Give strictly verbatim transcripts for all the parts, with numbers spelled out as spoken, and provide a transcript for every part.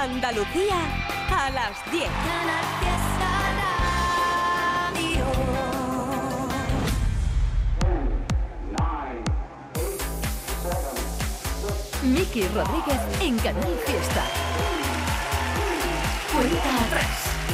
Andalucía a las diez. Miki Rodríguez en Canal Fiesta. Cuenta atrás.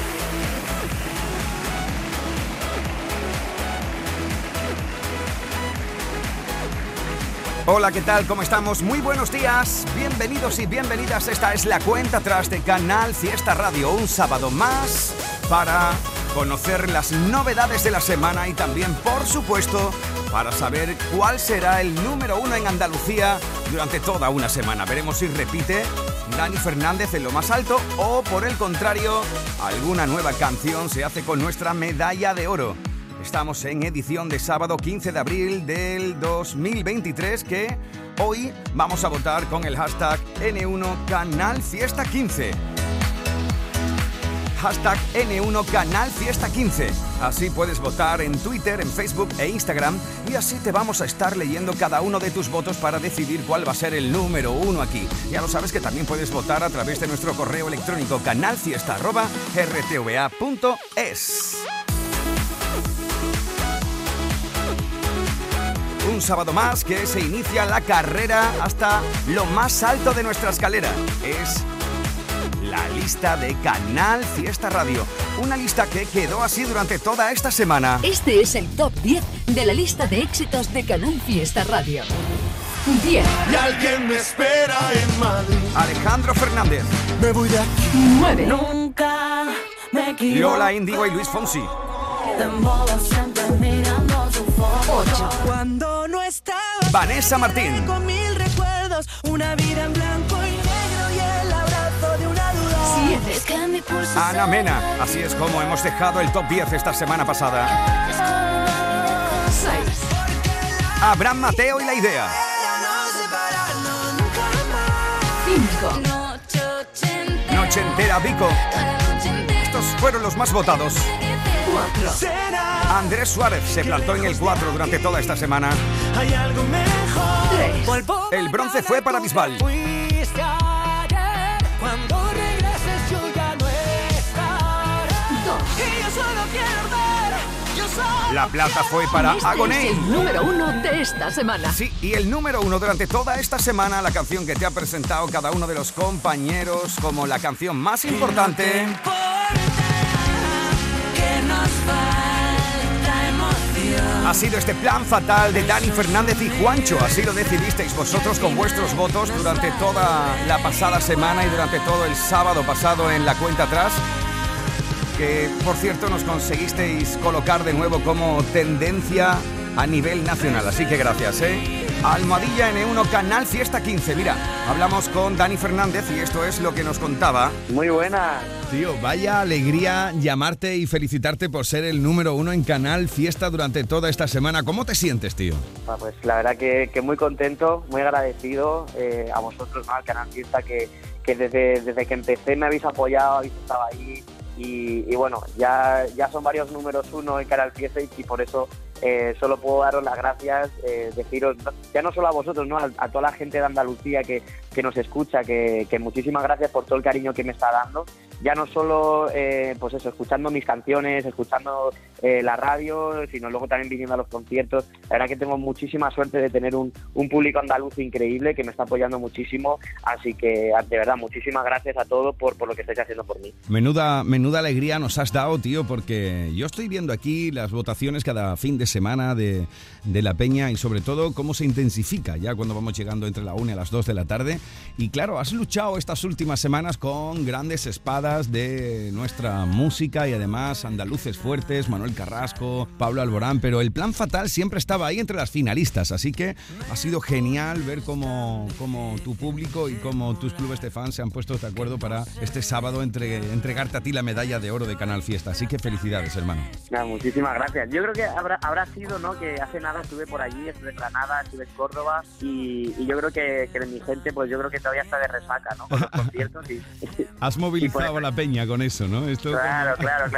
Hola, ¿qué tal? ¿Cómo estamos? Muy buenos días. Bienvenidos y bienvenidas. Esta es la cuenta atrás de Canal Fiesta Radio. Un sábado más para conocer las novedades de la semana y también, por supuesto, para saber cuál será el número uno en Andalucía durante toda una semana. Veremos si repite Dani Fernández en lo más alto o, por el contrario, alguna nueva canción se hace con nuestra medalla de oro. Estamos en edición de sábado quince de abril del dos mil veintitrés, que hoy vamos a votar con el hashtag ene uno Canal Fiesta quince. Hashtag ene uno Canal Fiesta quince. Así puedes votar en Twitter, en Facebook e Instagram, y así te vamos a estar leyendo cada uno de tus votos para decidir cuál va a ser el número uno aquí. Ya lo sabes que también puedes votar a través de nuestro correo electrónico canalfiesta arroba erre te ve a punto es. Un sábado más que se inicia la carrera hasta lo más alto de nuestra escalera. Es la lista de Canal Fiesta Radio. Una lista que quedó así durante toda esta semana. Este es el top diez de la lista de éxitos de Canal Fiesta Radio. diez. Y alguien me espera en Madrid. Alejandro Fernández. Me voy de aquí. nueve. Nunca me equivoco. Lola Índigo y Luis Fonsi. Te muevo siempre mirando su foto. ocho. Cuando no estabas, Vanessa Martín. con mil recuerdos, una vida en blanco y negro y el abrazo de una duda. siete. Es que mi pulso Ana se Mena. mueve. Así es como hemos dejado el top diez esta semana pasada. Es como seis. Abraham Mateo y La Idea. no separarnos nunca más. cinco. Noche ochenta. Noche entera, Vico. Cada noche entera. Estos fueron los más votados. cuatro. Será, Andrés Suárez se plantó en el cuatro durante toda esta semana. hay algo mejor. tres. Vuelvo El bronce fue para Bisbal. Fuiste ayer, cuando regreses yo ya no estaré. dos. Y yo solo quiero ver, yo solo La plata fue para Este Agoné. es el número uno de esta semana. Sí, y el número uno durante toda esta semana, la canción que te ha presentado cada uno de los compañeros como la canción más importante. que nos falta emoción. Ha sido este Plan Fatal de Dani Fernández y Juancho. Así lo decidisteis vosotros con vuestros votos durante toda la pasada semana y durante todo el sábado pasado en la cuenta atrás, que por cierto nos conseguisteis colocar de nuevo como tendencia a nivel nacional. Así que gracias, ¿eh? Almohadilla ene uno Canal Fiesta quince. Mira, hablamos con Dani Fernández y esto es lo que nos contaba. Muy buena. Tío, vaya alegría llamarte y felicitarte por ser el número uno en Canal Fiesta durante toda esta semana. ¿Cómo te sientes, tío? Ah, Pues la verdad que, que muy contento, muy agradecido eh, a vosotros, ¿no? Al Canal Fiesta, que, que desde, desde que empecé me habéis apoyado, habéis estado ahí y, y bueno, ya, ya son varios números uno en Canal Fiesta y, y por eso eh, solo puedo daros las gracias, eh, deciros, ya no solo a vosotros, ¿no? A, a toda la gente de Andalucía que, que nos escucha, que, que muchísimas gracias por todo el cariño que me está dando. Ya no solo, eh, pues eso, escuchando mis canciones, escuchando eh, la radio, sino luego también viniendo a los conciertos. La verdad que tengo muchísima suerte de tener un, un público andaluz increíble que me está apoyando muchísimo. Así que, de verdad, muchísimas gracias a todos por, por lo que estáis haciendo por mí. Menuda, menuda alegría nos has dado, tío, porque yo estoy viendo aquí las votaciones cada fin de semana de, de la peña y sobre todo cómo se intensifica ya cuando vamos llegando entre la una y las dos de la tarde. Y claro, has luchado estas últimas semanas con grandes espadas de nuestra música y además andaluces fuertes, Manuel Carrasco, Pablo Alborán, pero el Plan Fatal siempre estaba ahí entre las finalistas, así que ha sido genial ver cómo, cómo tu público y cómo tus clubes de fans se han puesto de acuerdo para este sábado entre, entregarte a ti la medalla de oro de Canal Fiesta, así que felicidades, hermano. Nada, muchísimas gracias. Yo creo que habrá, habrá sido, ¿no? Que hace nada estuve por allí, estuve en Granada, estuve en Córdoba y, y yo creo que, que mi gente, pues yo creo que todavía está de resaca, ¿no? Con los conciertos y, Has y movilizado por- a la peña con eso, ¿no? Esto Claro, como- claro, claro.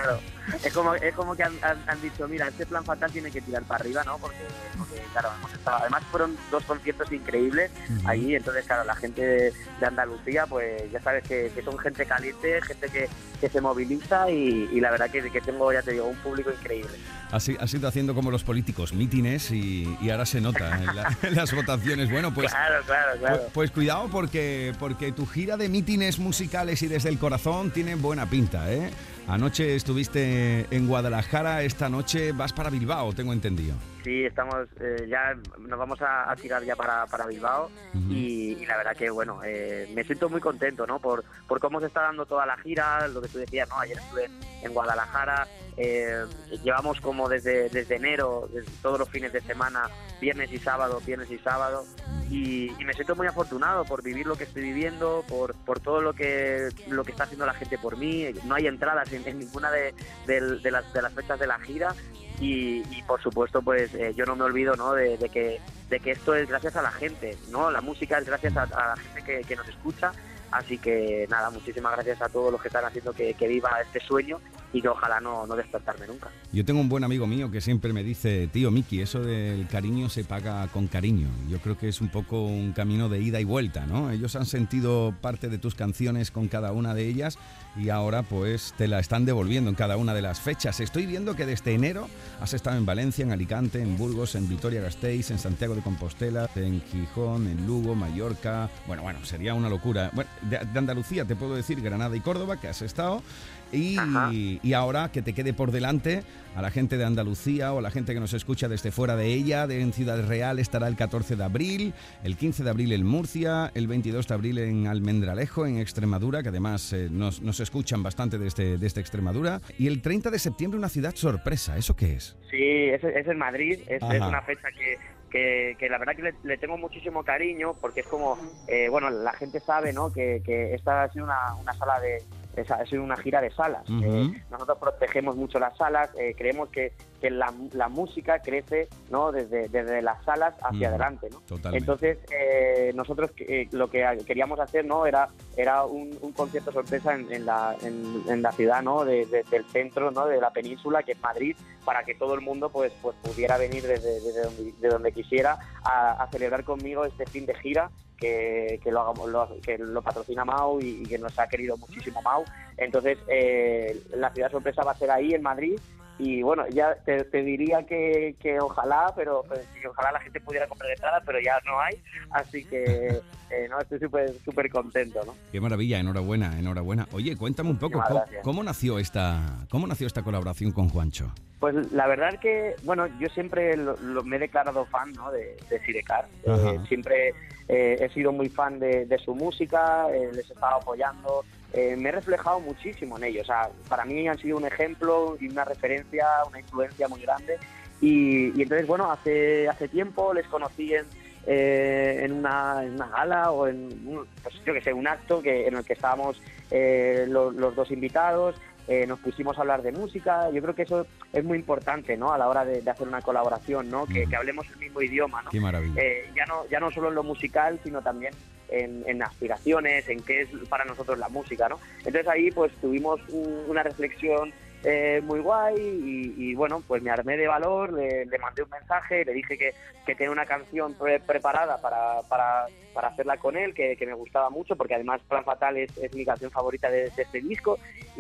es como es como que han, han, han dicho, mira, este Plan Fatal tiene que tirar para arriba, ¿no? Porque, porque claro, hemos estado, además fueron dos conciertos increíbles uh-huh. allí, entonces claro, la gente de, de Andalucía, pues ya sabes que, que son gente caliente, gente que, que se moviliza y, y la verdad que, que tengo, ya te digo, un público increíble. Así, has ido haciendo como los políticos, mítines y, y ahora se nota en, la, en las votaciones. Bueno, pues, claro, claro, claro. Pues, pues cuidado porque, porque tu gira de mítines musicales y desde el corazón tiene buena pinta, ¿eh? Anoche estuviste en Guadalajara, esta noche vas para Bilbao, tengo entendido. Sí, estamos eh, ya nos vamos a, a tirar ya para, para Bilbao uh-huh. y, y la verdad que bueno, eh, me siento muy contento, ¿no? Por, por cómo se está dando toda la gira, lo que tú decías, ¿no? Ayer estuve en Guadalajara, eh, llevamos como desde, desde enero, desde todos los fines de semana, viernes y sábado, viernes y sábado, y, y me siento muy afortunado por vivir lo que estoy viviendo, por, por todo lo que lo que está haciendo la gente por mí. No hay entradas en, en ninguna de, de, de, las, de las fechas de la gira. Y, y por supuesto pues eh, yo no me olvido, ¿no? de, de que de que esto es gracias a la gente, ¿no? La música es gracias a, a la gente que, que nos escucha, así que nada, muchísimas gracias a todos los que están haciendo que, que viva este sueño y que ojalá no, no despertarme nunca. Yo tengo un buen amigo mío que siempre me dice, tío Miki, eso del cariño se paga con cariño. Yo creo que es un poco un camino de ida y vuelta, ¿no? Ellos han sentido parte de tus canciones con cada una de ellas y ahora pues te la están devolviendo en cada una de las fechas. Estoy viendo que desde enero has estado en Valencia, en Alicante, en Burgos, en Vitoria-Gasteiz, en Santiago de Compostela, en Gijón, en Lugo, Mallorca. Bueno, bueno, sería una locura. Bueno, de, de Andalucía te puedo decir Granada y Córdoba, que has estado. Y, y ahora que te quede por delante a la gente de Andalucía o a la gente que nos escucha desde fuera de ella, de, en Ciudad Real estará el catorce de abril, el quince de abril en Murcia, el veintidós de abril en Almendralejo, en Extremadura, que además eh, nos, nos escuchan bastante desde, desde Extremadura, y el treinta de septiembre una ciudad sorpresa. ¿Eso qué es? Sí, es, es en Madrid, es, es una fecha que... Que, que la verdad que le, le tengo muchísimo cariño porque es como, eh, bueno, la gente sabe, ¿no? Que, que esta ha sido una, una sala de, ha sido una gira de salas. Uh-huh. Eh, nosotros protegemos mucho las salas, eh, creemos que, que la, la música crece, ¿no? Desde, desde las salas hacia uh-huh. adelante, ¿no? Totalmente. Entonces eh, nosotros eh, lo que queríamos hacer, ¿no? Era era un, un concierto sorpresa en, en la en, en la ciudad, ¿no? De, de, del centro, ¿no? De la península, que es Madrid, para que todo el mundo pues pues pudiera venir desde, desde donde, de donde quisiera a, a celebrar conmigo este fin de gira que, que lo hagamos, lo, que lo patrocina Mau y, y que nos ha querido muchísimo Mau. Entonces eh, la ciudad sorpresa va a ser ahí en Madrid. Y bueno, ya te, te diría que, que ojalá, pero pues, que ojalá la gente pudiera comprar entradas, pero ya no hay, así que eh, no estoy súper súper contento, ¿no? Qué maravilla, enhorabuena, enhorabuena. Oye, cuéntame un poco, ¿cómo, ¿cómo nació esta cómo nació esta colaboración con Juancho? Pues la verdad que, bueno, yo siempre lo, lo, me he declarado fan, ¿no? de, de Sidecar. Eh, siempre eh, he sido muy fan de, de su música, eh, les he estado apoyando. Eh, me he reflejado muchísimo en ellos. O sea, para mí han sido un ejemplo y una referencia, una influencia muy grande. Y, y entonces, bueno, hace hace tiempo les conocí en, eh, en, una, en una gala o en, un, pues yo que sé, un acto que en el que estábamos eh, los, los dos invitados. Eh, nos pusimos a hablar de música. Yo creo que eso es muy importante, ¿no? A la hora de, de hacer una colaboración, ¿no? Que, que hablemos el mismo idioma, ¿no? Qué maravilla. Eh, ya no ya no solo en lo musical, sino también en, en aspiraciones, en qué es para nosotros la música, ¿no? Entonces ahí pues tuvimos un, una reflexión eh, muy guay y, y bueno, pues me armé de valor, le, le mandé un mensaje, le dije que, que tenía una canción pre preparada para, para, para hacerla con él, que, que me gustaba mucho, porque además Plan Fatal es, es mi canción favorita de, de este disco.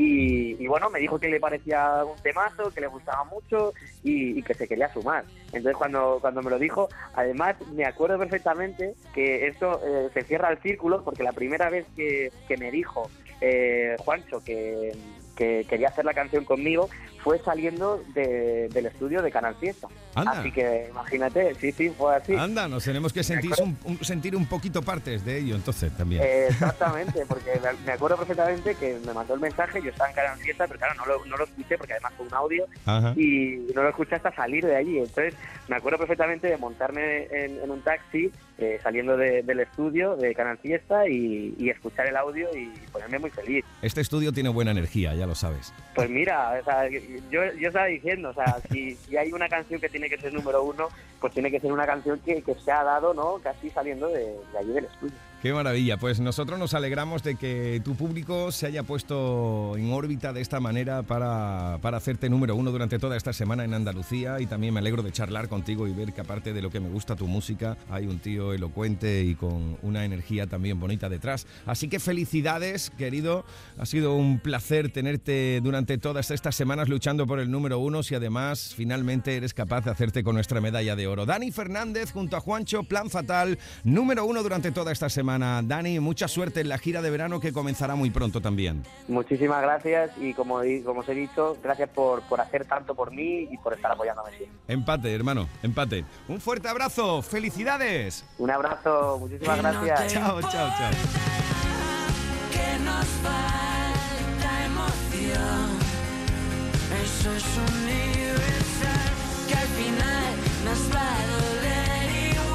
Y, y bueno, me dijo que le parecía un temazo, que le gustaba mucho y, y que se quería sumar. Entonces cuando, cuando me lo dijo, además me acuerdo perfectamente que esto eh, se cierra el círculo, porque la primera vez que, que me dijo eh, Juancho que, que quería hacer la canción conmigo fue saliendo de, del estudio de Canal Fiesta. Anda. Así que imagínate, sí, sí, fue así. Anda, nos tenemos que sentir un, un, sentir un poquito partes de ello entonces también. Eh, exactamente, porque me acuerdo perfectamente que me mandó el mensaje, yo estaba en Canal Fiesta, pero claro, no lo, no lo escuché porque además fue un audio. Ajá. Y no lo escuché hasta salir de allí. Entonces me acuerdo perfectamente de montarme en, en un taxi eh, saliendo de, del estudio de Canal Fiesta y, y escuchar el audio y ponerme muy feliz. Este estudio tiene buena energía, ya lo sabes. Pues mira, o sea, yo, yo estaba diciendo, o sea, si, si hay una canción que tiene que ser número uno, pues tiene que ser una canción que, que se ha dado, ¿no? Casi saliendo de, de allí del estudio. Qué maravilla. Pues nosotros nos alegramos de que tu público se haya puesto en órbita de esta manera para, para hacerte número uno durante toda esta semana en Andalucía, y también me alegro de charlar contigo y ver que aparte de lo que me gusta tu música, hay un tío elocuente y con una energía también bonita detrás. Así que felicidades, querido. Ha sido un placer tenerte durante todas estas semanas luchando por el número uno, y además finalmente eres capaz de hacerte con nuestra medalla de oro. Dani Fernández junto a Juancho, Plan Fatal, número uno durante toda esta semana. Dani, mucha suerte en la gira de verano que comenzará muy pronto también. Muchísimas gracias y como, como os he dicho, gracias por, por hacer tanto por mí y por estar apoyándome siempre. Empate, hermano, empate. Un fuerte abrazo, felicidades. Un abrazo, muchísimas gracias. Chao, chao, chao. Que nos falta emoción, eso es universal, que al final nos va a doler igual.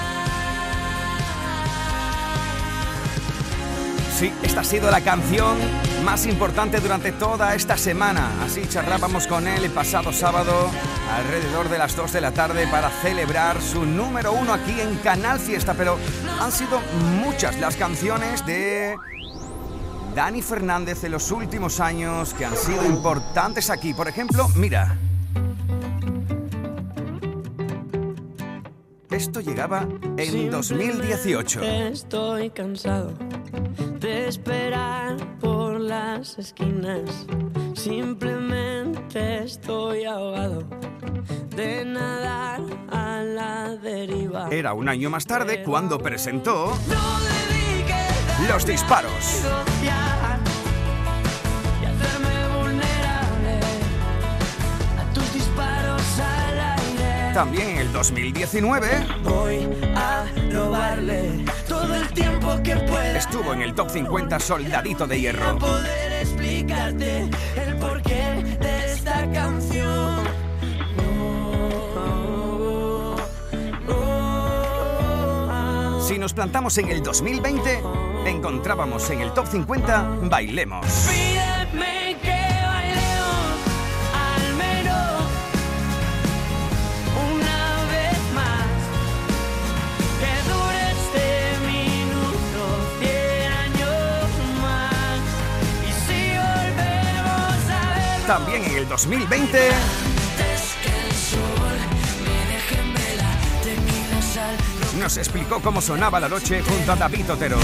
Sí, esta ha sido la canción más importante durante toda esta semana. Así charlábamos con él el pasado sábado alrededor de las dos de la tarde para celebrar su número uno aquí en Canal Fiesta. Pero han sido muchas las canciones de Dani Fernández en los últimos años que han sido importantes aquí. Por ejemplo, mira, esto llegaba en dos mil dieciocho. Estoy cansado de esperar por las esquinas. Simplemente estoy ahogado de nadar a la deriva. Era un año más tarde cuando presentó No debí quedarme Los Disparos. negociar y hacerme vulnerable a tus disparos al aire. También en el dos mil diecinueve Voy a robarle todo el tiempo que pueda. estuvo en el top cincuenta Soldadito de A Hierro. poder explicarte el porqué de esta canción. Oh, oh, oh. Si nos plantamos en el dos mil veinte, encontrábamos en el top cincuenta Bailemos. Pídeme que bailemos al menos una vez más, que dure este minuto cien años más. Y si volvemos a ver También en el dos mil veinte antes que el sol me deje en vela, tequila, sal, nos explicó cómo sonaba la noche junto a David Otero.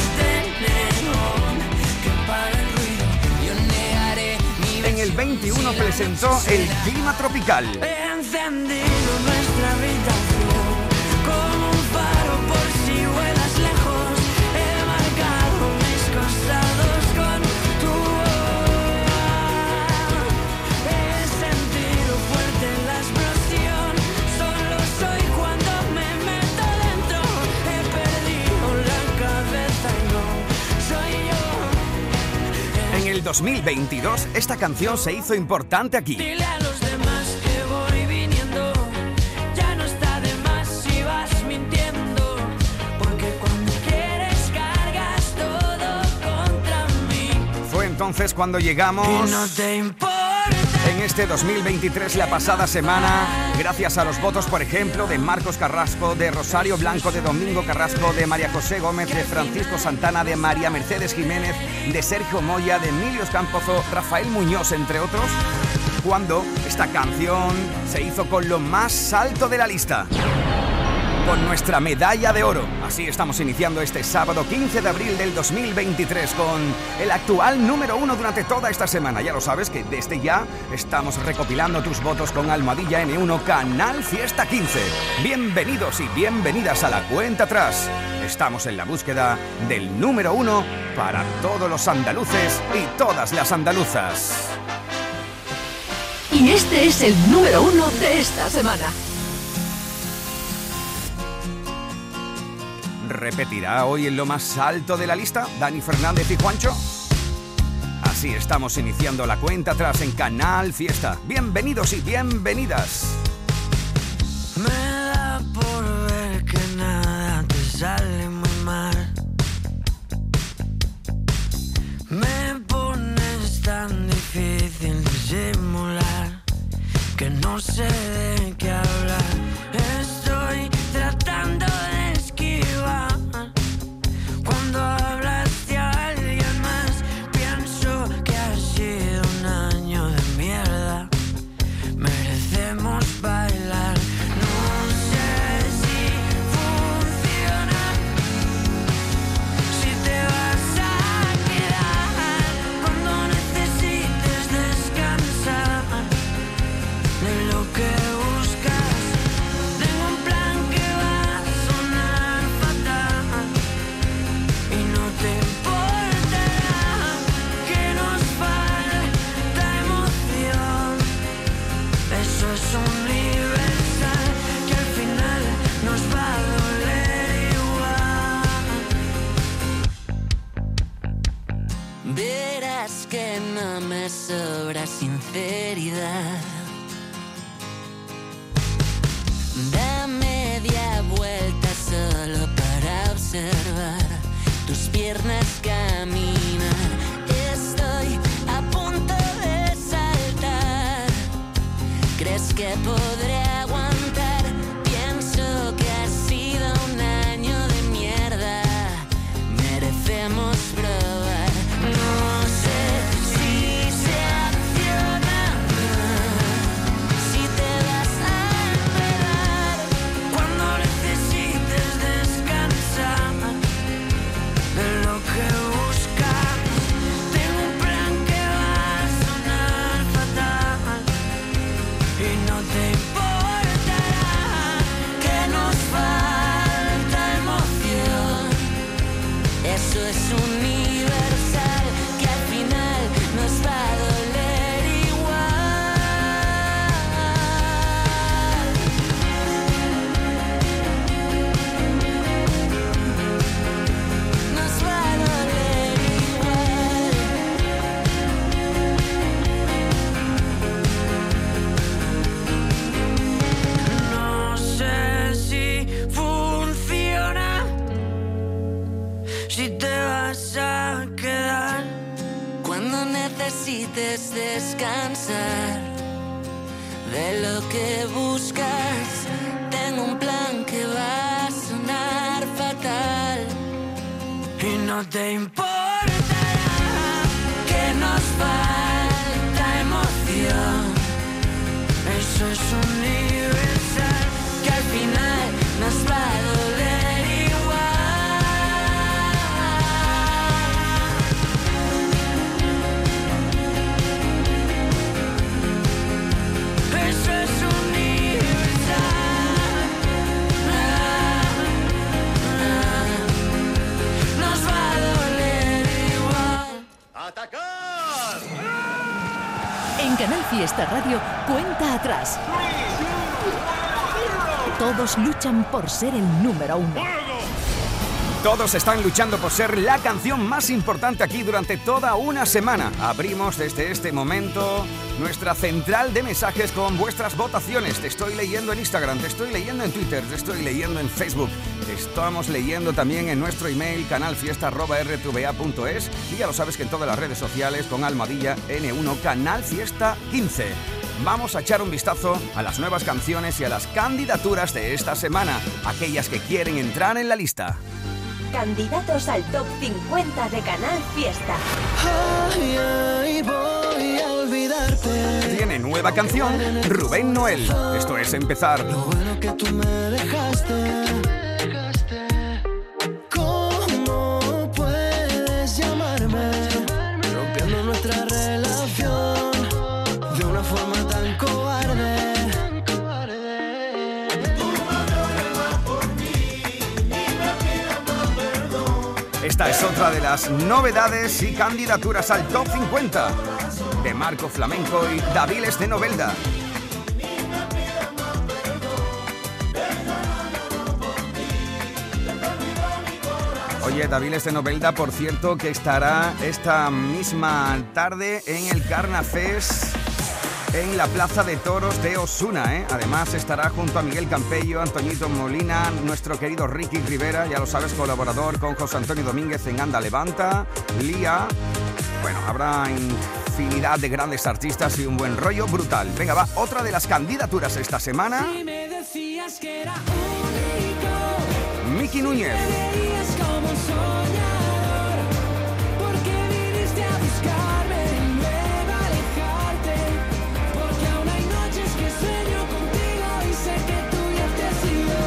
que para el ruido yo negaré mi En el veintiuno presentó El Clima Tropical. He encendido nuestra habitación como un faro por si vuelas lejos. He marcado mis costados con tu voz. He sentido fuerte la explosión. Solo soy cuando me meto dentro. He perdido la cabeza y no soy yo. En el dos mil veintidós esta canción se hizo importante aquí. Dile a los demás que voy viniendo. Ya no está de más si vas mintiendo. Porque cuando quieres cargas todo contra mí. Fue entonces cuando llegamos Y no te importa. en este dos mil veintitrés, la pasada semana, gracias a los votos, por ejemplo, de Marcos Carrasco, de Rosario Blanco, de Domingo Carrasco, de María José Gómez, de Francisco Santana, de María Mercedes Jiménez, de Sergio Moya, de Emilio Escampozo, Rafael Muñoz, entre otros, cuando esta canción se hizo con lo más alto de la lista, con nuestra medalla de oro. Así estamos iniciando este sábado quince de abril del dos mil veintitrés con el actual número uno durante toda esta semana. Ya lo sabes que desde ya estamos recopilando tus votos con Almohadilla ene uno Canal Fiesta quince. Bienvenidos y bienvenidas a la cuenta atrás. Estamos en la búsqueda del número uno para todos los andaluces y todas las andaluzas. Y este es el número uno de esta semana. ¿Repetirá hoy en lo más alto de la lista Dani Fernández y Juancho? Así estamos iniciando la cuenta atrás en Canal Fiesta. Bienvenidos y bienvenidas. Me da por ver que nada te sale muy mal. Me pones tan difícil disimular que no sé de qué hablar. Estoy tratando de esquivar cuando Verás que no me sobra sinceridad. Da media vuelta solo para observar tus piernas caminar. Estoy a punto de saltar. ¿Crees que podré aguantar? Pienso que ha sido un año de mierda. Merecemos probar. No sé si se acciona, si te vas a enredar cuando necesites descansar de lo que buscas. Tengo un plan que va a sonar fatal y no te importará que nos falta emoción. Eso es universal, que al final nos va a doler igual. Nos va a doler igual. No sé si funciona, si te vas a quedar cuando necesites descansar de lo que buscas. Tengo un plan que va a sonar fatal y no te importará que nos falta emoción. Eso es universal, que al final nos va a doler igual. Eso es universal. Ah, ah, nos va a doler igual. ¡Atacar! En Canal Fiesta Radio, cuenta atrás. Todos luchan por ser el número uno. Todos están luchando por ser la canción más importante aquí durante toda una semana. Abrimos desde este momento nuestra central de mensajes con vuestras votaciones. Te estoy leyendo en Instagram, te estoy leyendo en Twitter, te estoy leyendo en Facebook. Te estamos leyendo también en nuestro email canalfiesta arroba r t v a punto es y ya lo sabes que en todas las redes sociales con almohadilla ene uno Canal Fiesta quince. Vamos a echar un vistazo a las nuevas canciones y a las candidaturas de esta semana, aquellas que quieren entrar en la lista. Candidatos al top cincuenta de Canal Fiesta. Ay, ay, voy a olvidarte. Tiene nueva canción Rubén Noel. Esto es Empezar. Lo bueno que tú me dejaste. ¿Cómo puedes llamarme? Rompiendo nuestra relación de una forma tan cobarde. Esta es otra de las novedades y candidaturas al top cincuenta de Marco Flamenco y Daviles de Novelda. Oye, Daviles de Novelda, por cierto, que estará esta misma tarde en el Carnafest en la Plaza de Toros de Osuna, ¿eh? Además estará junto a Miguel Campello, Antoñito Molina, nuestro querido Ricky Rivera, ya lo sabes, colaborador con José Antonio Domínguez en Anda Levanta, Lía. Bueno, habrá infinidad de grandes artistas y un buen rollo brutal. Venga, va, otra de las candidaturas esta semana. Si me decías que era único, Miki Núñez. me veías como un soñador, porque viniste a buscarme y luego alejarte, porque aún hay noches que sueño contigo y sé que tú ya te has ido.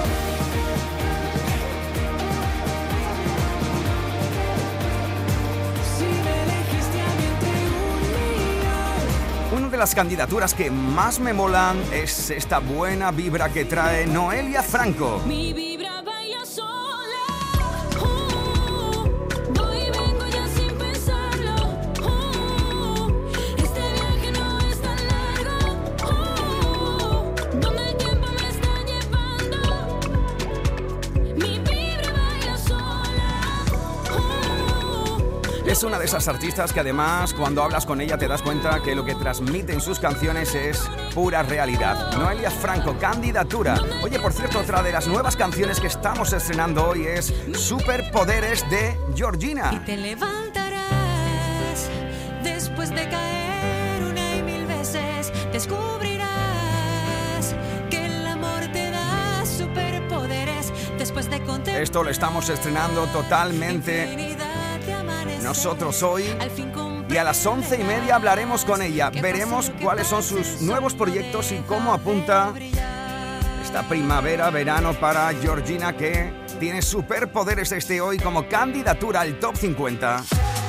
Si me elegiste a mí entre un millón. Una de las candidaturas que más me molan es esta buena vibra que trae Noelia Franco. Mi vibra baila sola, uh, voy y vengo ya sin pensarlo, uh, este viaje no es tan largo, uh, donde el tiempo me está llevando. Mi vibra baila sola, uh, Es una de esas artistas que además cuando hablas con ella te das cuenta que lo que transmite en sus canciones es pura realidad. Noelia Franco, Candidatura. Oye, por cierto, otra de las nuevas canciones que estamos estrenando hoy es Superpoderes de Georgina. Y te levantarás después de caer una y mil veces. Descubrirás que el amor te da superpoderes después de contar. Esto lo estamos estrenando totalmente nosotros hoy. Y a las once y media hablaremos con ella. Veremos cuáles son sus nuevos proyectos y cómo apunta esta primavera, verano para Georgina, que tiene superpoderes este hoy como candidatura al Top cincuenta.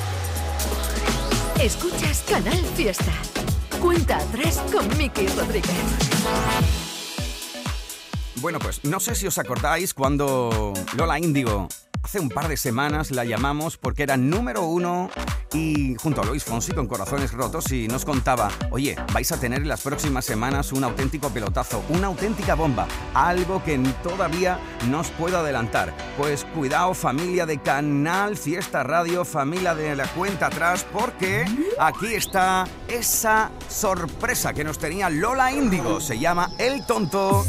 Escuchas Canal Fiesta. Cuenta atrás con Miki Rodríguez. Bueno, pues no sé si os acordáis cuando Lola Índigo hace un par de semanas la llamamos porque era número uno y junto a Luis Fonsi con Corazones Rotos y nos contaba, oye, vais a tener en las próximas semanas un auténtico pelotazo, una auténtica bomba, algo que todavía no os puedo adelantar. Pues cuidado, familia de Canal Fiesta Radio, familia de La Cuenta Atrás, porque aquí está esa sorpresa que nos tenía Lola Índigo. Se llama El Tonto.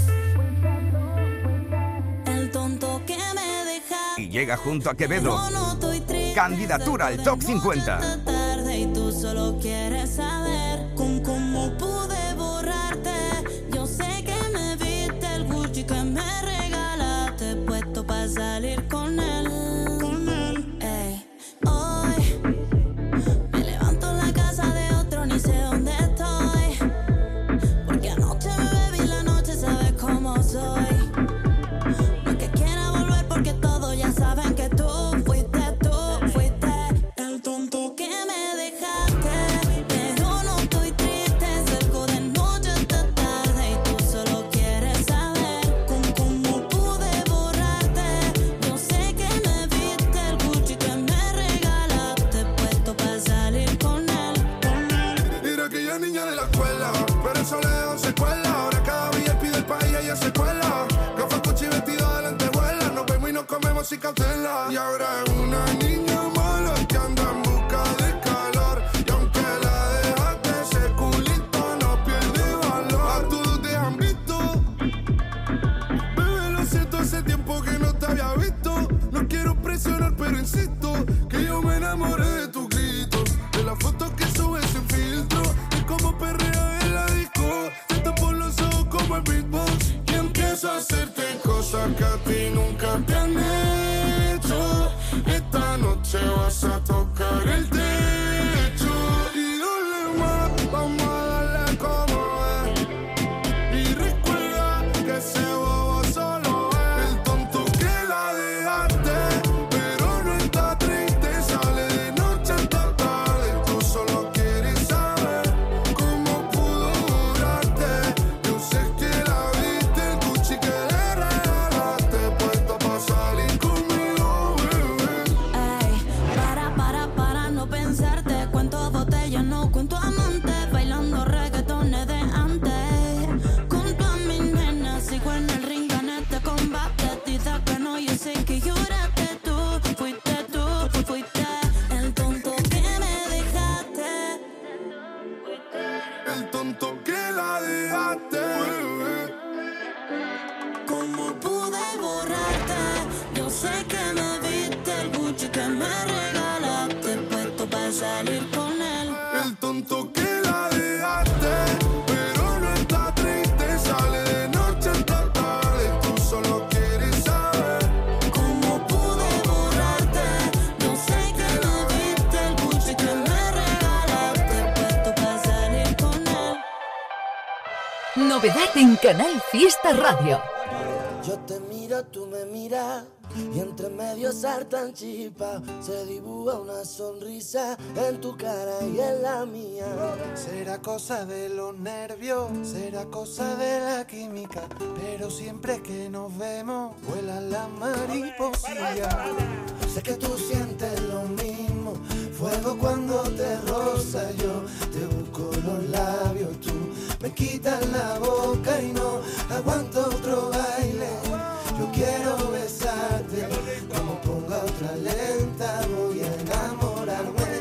El tonto que me deja. Y llega junto a Quevedo. Candidatura al Top cincuenta. Y tú solo quieres saber con cómo pude borrarte. Yo sé que me viste el Gucci que me regalaste, puesto para salir con él. Con él. Ey. Hoy me levanto en la casa de otro, ni sé dónde estoy. Porque anoche me bebí la noche, sabes cómo soy. No que quiera volver porque todos ya saben que tú fuiste tú, fuiste el tonto que me dejaste. Pero no estoy triste, salgo de noche hasta tarde y tú solo quieres saber con cómo pude borrarte. Yo sé que me viste el Gucci que me regalaste, puesto para salir con él, con él. Mira aquella niña de la escuela, pero eso le dejó secuela. Ahora cada día pide el país y ella se cuela. Gafas, Gucci, vestido de lentejuela. Nos vemos y nos comemos sin cautela. Y ahora es una niña mala que anda en busca de calor. Y aunque la dejaste, ese culito no pierde valor. A todos te han visto. Bebé, lo siento, hace tiempo que no te había visto. No quiero presionar, pero insisto que yo me enamoré de tus gritos, de las fotos que subes sin filtro, de cómo perrea en la disco. Te tapo los ojos como el beatbox y empiezo a hacerte cosas que a ti nunca te han hecho. Esta noche vas a tocar el techo y dale más, vamos a darle como es. Y recuerda que ese bobo solo es el tonto que la dejaste, pero no está triste, sale de noche hasta tarde. Tú solo quieres saber cómo pudo durarte. Yo sé que la viste, el Gucci que le regalaste, puesto pa' salir conmigo, bebé. Ey, para, para, para no pensarte. Cuento botellas, no cuento amantes. Bailando reggaetones de antes. Junto a mi nena, sigo en el ring, gané este combate. Dice que no, yo sé que lloraste tú. Fuiste tú, fuiste el tonto que me dejaste. El tonto que la dejaste, bebé. ¿Cómo pude borrarte? Yo sé que me viste el Gucci que me regalaste, puesto para salir con él. El tonto que la dejaste, pero no está triste, sale de noche hasta tarde. Tú solo quieres saber ¿Cómo pude borrarte? Yo sé que me viste el Gucci que me regalaste, puesto para salir con él. Novedad en Canal Fiesta Radio. Yo te miro, tú me miras y entre medio saltan chispas. Se dibuja una sonrisa en tu cara y en la mía. Será cosa de los nervios, será cosa de la química, pero siempre que nos vemos vuelan las mariposillas. Sé que tú sientes lo mismo, fuego cuando te roza. Yo te busco los labios, tú me quitas la boca y no aguanto otro baile. Yo quiero besarte, como ponga otra lenta voy a enamorarme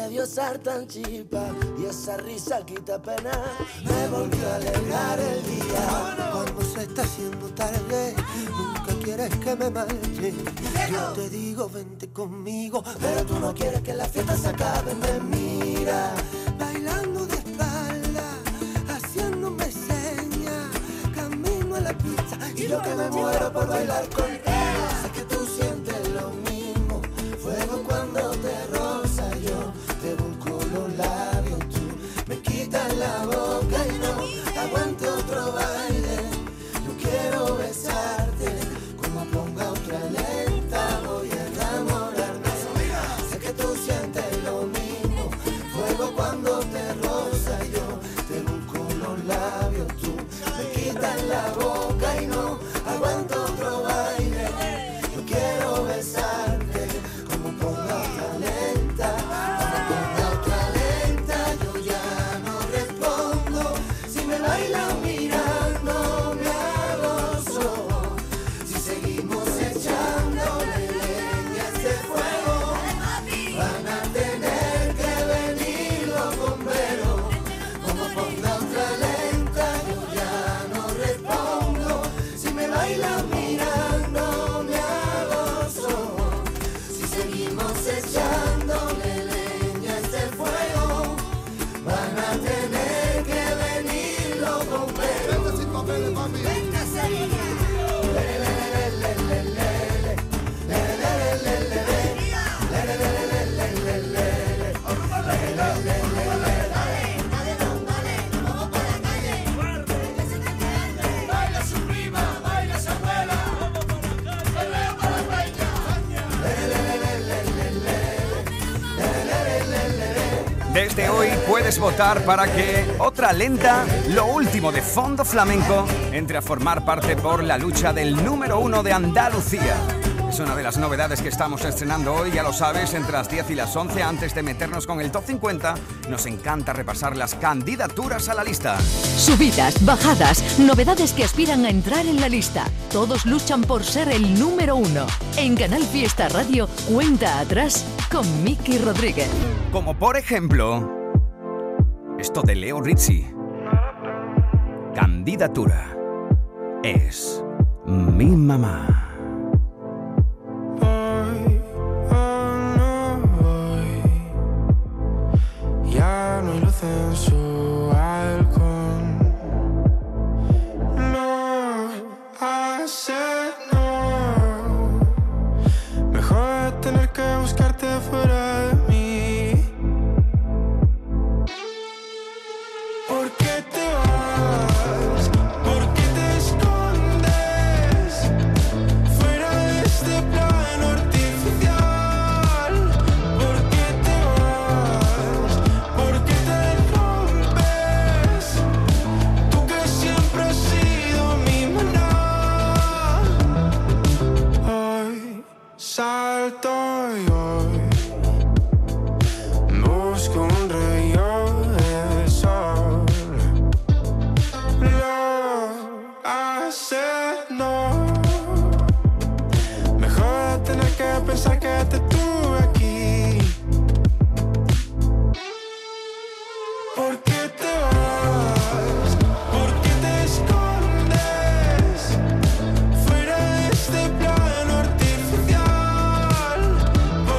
medio sartán chipa y esa risa quita pena. Me volvió a alegrar el día. Cuando se está haciendo tarde, nunca quieres que me marche. Yo te digo vente conmigo, pero tú no quieres que la fiesta se acabe. Me mira bailando de espalda, haciéndome señas, camino a la pista y yo que me muero por bailar contigo. Sé que tú sientes lo mismo, fuego cuando te roza, yo te busco los labios, tú me quitas la boca y no aguanto otro baile. Yo quiero besarte, como ponga otra lenta voy a enamorarme. Sé que tú sientes lo mismo, fuego cuando te roza, yo te busco los labios, tú me quitas la boca y no aguanto otro baile. Yo quiero besarte, como ponga otra lenta, como ponga otra lenta, yo ya no respondo. Si me baila mirando me agozo, si seguimos echándole leña a este fuego, van a tener que venir los bomberos. Como ponga otra lenta, yo ya no respondo. Si me baila mirando me agozo, si seguimos echándole leña a este fuego, van a tener que venir los bomberos. Venga sin papeles, mami. Venga, señor. Baila su prima, baila su abuela. Baila para la peña. Desde hoy puedes votar para que Otra Lenta, lo último de Fondo Flamenco, entre a formar parte por la lucha del número uno de Andalucía. Es una de las novedades que estamos estrenando hoy, ya lo sabes, entre las diez y las once. Antes de meternos con el Top cincuenta, nos encanta repasar las candidaturas a la lista. Subidas, bajadas, novedades que aspiran a entrar en la lista. Todos luchan por ser el número uno. En Canal Fiesta Radio, cuenta atrás con Miki Rodríguez. Como por ejemplo, esto de Leo Rizzi. Candidatura es Mi Mamá. Ya no hay luz en su balcón. No hace no. Mejor tener que buscarte fuera de mí. ¿Por qué te vas? ¿Por qué te escondes fuera de este plano artificial? ¿Por qué te vas? ¿Por qué te rompes? Tú que siempre has sido mi maná. Hoy salto y hoy busco un rayo de sol. Lo hace no. Mejor tener que pensar que te tuve aquí. ¿Por qué te vas? ¿Por qué te escondes fuera de este plano artificial?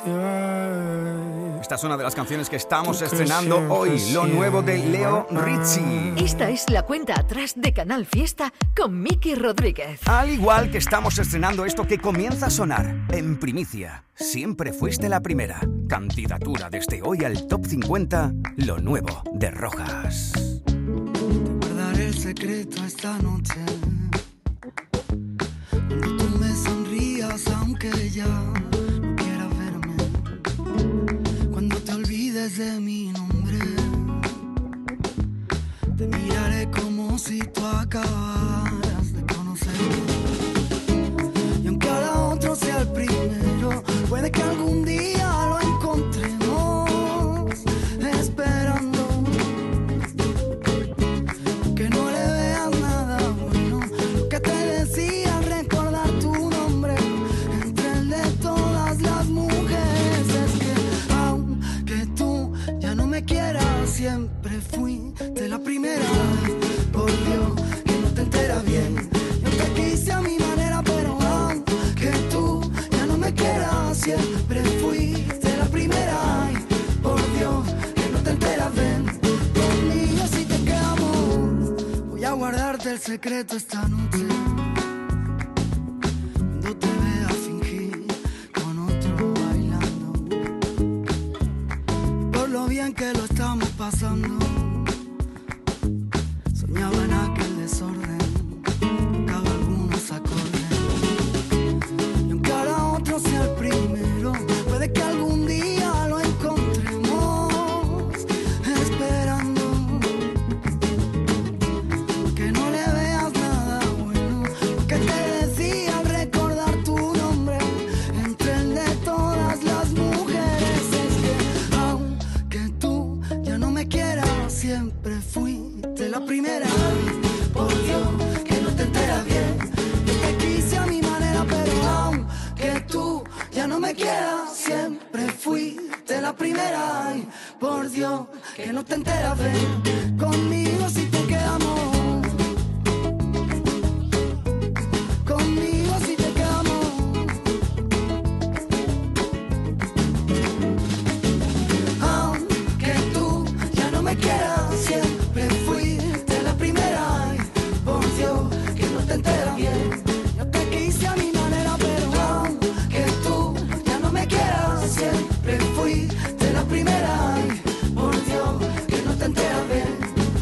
Esta es una de las canciones que estamos estrenando hoy, lo nuevo de Leo Rizzi. Esta es la cuenta atrás de Canal Fiesta con Miki Rodríguez. Al igual que estamos estrenando esto que comienza a sonar en primicia. Siempre fuiste la primera. Candidatura desde hoy al Top cincuenta, lo nuevo de Rojas. Te guardaré el secreto esta noche. Cuando tú me sonrías aunque ya no quieras verme. Cuando te olvides de mi nombre, te miraré como si tú acabaras de conocerme. Y aunque ahora otro sea el primero, puede que algún día lo encontremos esperando. Que no le veas nada bueno, lo que te decía al recordar tu nombre entre el de todas las mujeres. Es que aunque tú ya no me quieras, siempre fuiste la primera. Por Dios, que no te enteras bien. Yo te quise a mi manera, pero aunque tú ya no me quieras, siempre fuiste la primera. Ay, por Dios, que no te enteras bien. Conmigo si te quedamos, voy a guardarte el secreto esta noche. Cuando te vea fingir con otro bailando, por lo bien que lo estamos pasando. Soñaba en aquel desorden, daba algunos acordes. Y aunque ahora otro sea el primero, puede que algún día lo encontremos esperando. Que no le veas nada bueno, lo que te decía al recordar tu nombre entre el de todas las mujeres. Es que aunque tú ya no me quieras, siempre fuiste la primera. Por Dios, que no te enteras bien. Yo te quise a mi manera, pero aunque tú ya no me quieras, siempre fuiste la primera. Ay, por Dios, que no te enteras bien. Conmigo si te quedamos. Conmigo si te quedamos. Aunque tú ya no me quieras, siempre fuiste la primera. Ay, por Dios, que no te enteras bien. Yo te quise a mi manera, pero aunque tú ya no me quieras, siempre fuiste la primera. Ay, por Dios, que no te enteras bien.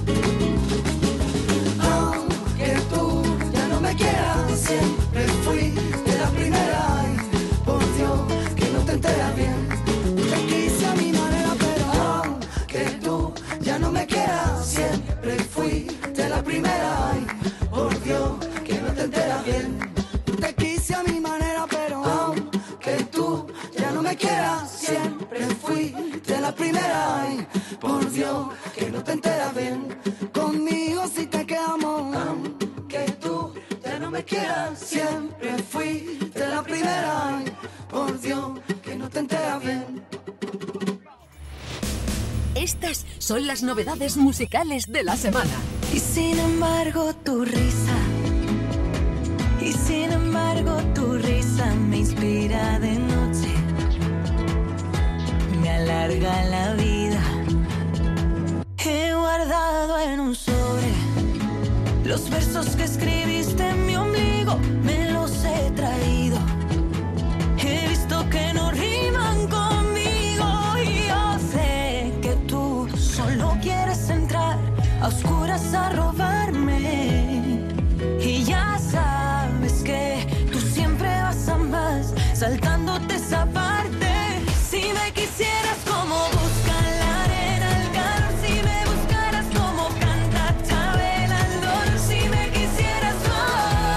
Aunque tú ya no me quieras, siempre fuiste la primera. Ay, por Dios, que no te enteras bien. Te quise a mi manera, pero aunque tú ya no me quieras, siempre fuiste la primera. Ay, por Dios, que no te enteras bien. Te quise a mi manera, pero aunque tú ya no me quieras, siempre fuiste la primera. Ay, por Dios, que no te enteras bien. Conmigo si te quedamos. Aunque tú ya no me quieras, siempre fuiste la primera. Ay, por Dios, que no te enteras bien. Estas son las novedades musicales de la semana. Y sin embargo tu risa, y sin embargo tu risa me inspira de noche, me alarga la vida. He guardado en un sobre los versos que escribiste en mi ombligo, me los he traído. He visto que no riman conmigo y yo sé que tú solo quieres entrar a oscuras a robarme. Y ya sabes que tú siempre vas a más, saltándote esa parte. Si me quisieras como busca la arena, el calor, si me buscaras como canta Chabela, el dolor, si me quisieras, oh,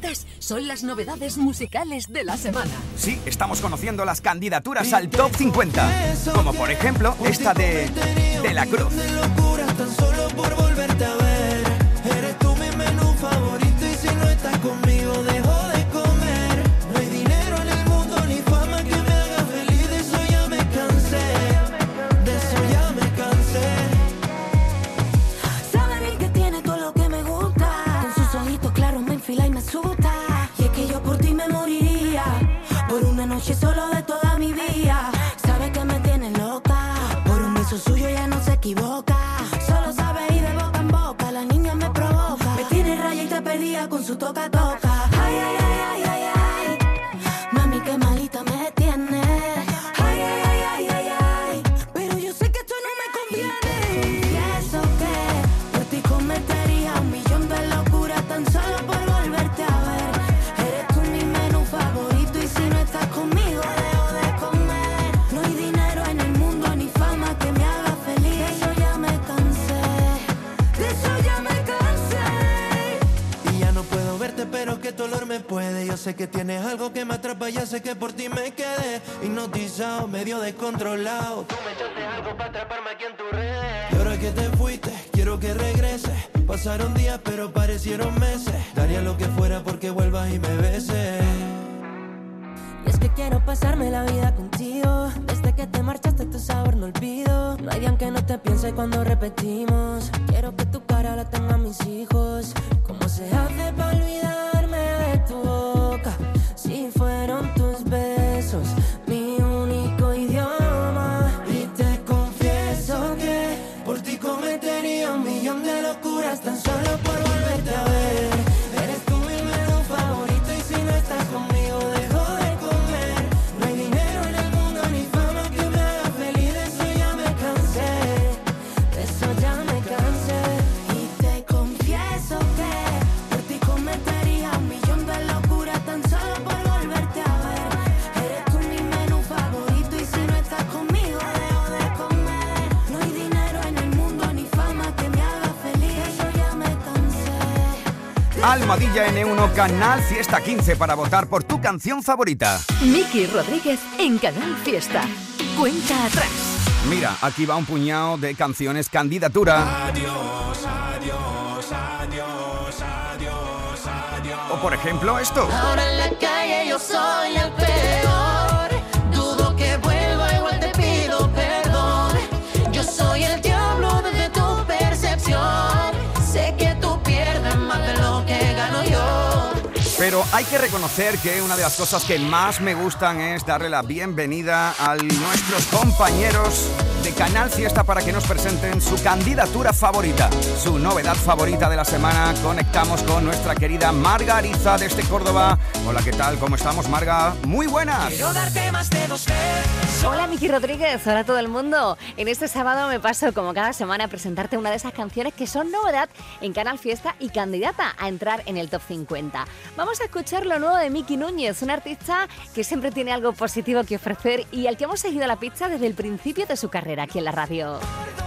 Estas son las novedades musicales de la semana. Sí, estamos conociendo las candidaturas al Top cincuenta, como por ejemplo esta de De la Cruz. De locura tan solo por volverte a ver. Eres tú mi menú favorito y si no estás conmigo dejo de comer. No hay dinero en el mundo ni fama que me haga feliz, de eso ya me cansé. De eso ya me cansé. Sabe bien que tiene todo lo que me gusta. Con sus ojitos claros me enfila y me asusta. Y es que yo por ti me moriría. Por una noche solo de toda mi vida. Sabe que me tiene loca. Por un beso suyo ya no se equivoca. Solo sabe ir de boca en boca. La niña me provoca. Me tiene raya y te perdía con su toca toca. Ay, ay, ay, ay, ay, ay. Mami, qué malita me tiene. Ay, ay, ay, ay, ay, ay. Pero yo sé que esto no me conviene. Y eso que por ti cometería un millón de locuras tan solo por volverte a ver. Eres tú mi menú favorito y si no estás conmigo dejo de comer. No hay dinero en el mundo ni fama que me haga feliz. De eso ya me cansé. De eso ya me cansé. Y ya no puedo verte pero que tu olor me puede. Yo sé que tienes algo que me atrapa, ya sé que por ti me quedé hipnotizado, medio descontrolado. Tú me echaste algo para atraparme aquí en tus redes. Y ahora que te fuiste, quiero que regreses. Pasaron días pero parecieron meses. Daría lo que fuera porque vuelvas y me beses. Y es que quiero pasarme la vida contigo. Desde que te marchaste tu sabor no olvido. No hay día en que no te piense cuando repetimos. Quiero que tu cara la tengan mis hijos. ¿Cómo se hace para olvidarme de tu boca? Si fueron tus besos mi único idioma. Y te confieso que por ti cometería un millón de locuras tan solo por volverte a ver. Eres tú mi menú favorito y si no estás conmigo dejo de comer. No hay dinero en el mundo ni fama que me haga feliz, de eso ya me cansé. De eso ya me cansé. Y te confieso que por ti cometería un millón de locuras tan solo por volverte a ver. Eres tú mi menú favorito y si no estás conmigo dejo de comer. No hay dinero en el mundo ni fama que me haga feliz, de eso ya me cansé. Almohadilla ene uno, Canal Fiesta quince para votar por tu canción favorita. Miki Rodríguez en Canal Fiesta. Cuenta atrás. Mira, aquí va un puñado de canciones candidatura. Adiós, adiós, adiós, adiós, adiós. O por ejemplo esto. Ahora en la calle yo soy el peor. Dudo que vuelva, igual te pido perdón. Yo soy el diablo desde tu percepción. Sé que tú pierdes más de lo que gano yo. Pero hay que reconocer que una de las cosas que más me gustan es darle la bienvenida a nuestros compañeros de Canal Fiesta para que nos presenten su candidatura favorita, su novedad favorita de la semana. Conectamos con nuestra querida Marga Ariza desde Córdoba. Hola, ¿qué tal? ¿Cómo estamos, Marga? Muy buenas. Quiero darte más de dos besos. Hola Miki Rodríguez, hola a todo el mundo. En este sábado me paso como cada semana a presentarte una de esas canciones que son novedad en Canal Fiesta y candidata a entrar en el Top cincuenta. Vamos a escuchar lo nuevo de Miki Núñez, un artista que siempre tiene algo positivo que ofrecer y al que hemos seguido la pista desde el principio de su carrera aquí en la radio.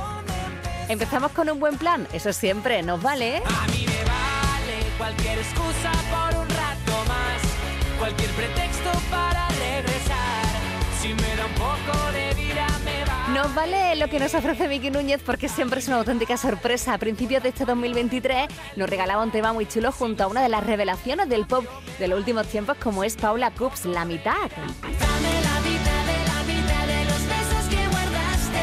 Empezamos con un buen plan, eso siempre nos vale, ¿eh? A mí me vale cualquier excusa por un rato más, cualquier pretexto para regresar. Si me da un poco de vida me va. Nos vale lo que nos ofrece Miki Núñez porque siempre es una auténtica sorpresa. A principios de este dos mil veintitrés nos regalaba un tema muy chulo junto a una de las revelaciones del pop de los últimos tiempos como es Paula Coops, La Mitad. Dame la mitad de la mitad de los besos que guardaste.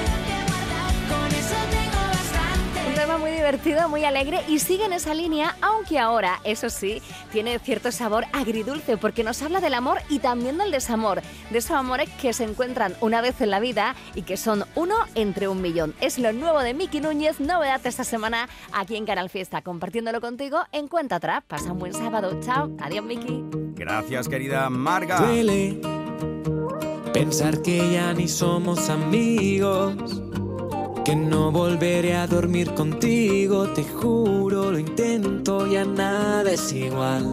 Con eso tengo bastante. Un tema muy divertido, muy alegre y sigue en esa línea, aunque ahora, eso sí, tiene cierto sabor agridulce porque nos habla del amor y también del desamor, de esos amores que se encuentran una vez en la vida y que son uno entre un millón. Es lo nuevo de Miki Núñez, novedad esta semana aquí en Canal Fiesta, compartiéndolo contigo en Cuenta Atrás. Pasa un buen sábado, chao, adiós Miki. Gracias, querida Marga. Duele pensar que ya ni somos amigos, que no volveré a dormir contigo, te juro, lo intento, ya nada es igual.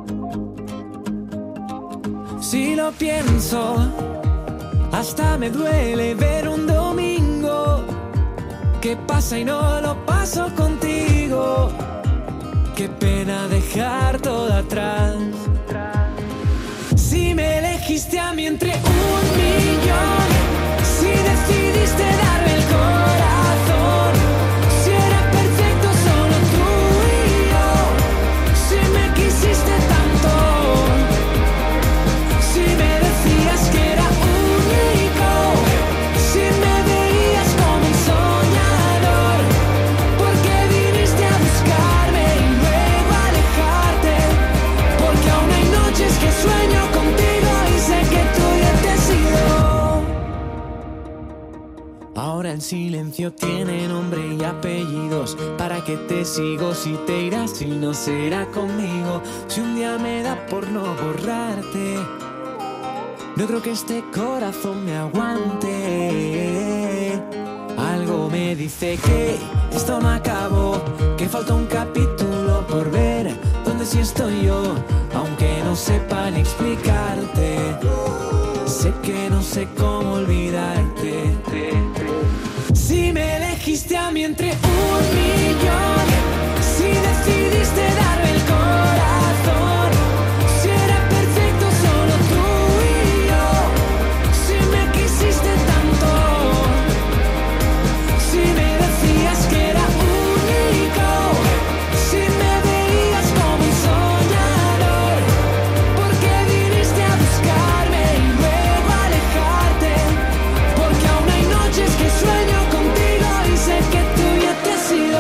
Si lo pienso, hasta me duele ver un domingo que pasa y no lo paso contigo. Qué pena dejar todo atrás. mí entre un millón. Si decidiste darme el corazón, si era perfecto solo tú y yo, si me quisiste tanto, si me decías que era único, si me veías como un soñador, porque viniste a buscarme y luego a alejarte, porque aún hay noches que sueño contigo y sé que tú ya te has ido. Ahora el silencio tiene nombre y apellidos. ¿Para qué te sigo si te irás, si no será conmigo? Si un día me da por no borrarte, no creo que este corazón me aguante. Algo me dice que esto no acabó, que falta un capítulo por ver, donde sí estoy yo, aunque no sepan explicarte. Sé que no sé cómo olvidarte. Si me elegiste a mí entre un millón, si decidiste darme el corazón, si era perfecto solo tú y yo, si me quisiste tanto, si me decías que era único, si me veías como un soñador, porque viniste a buscarme y luego a alejarte, porque aún hay noches que sueño contigo y sé que tú ya te has ido.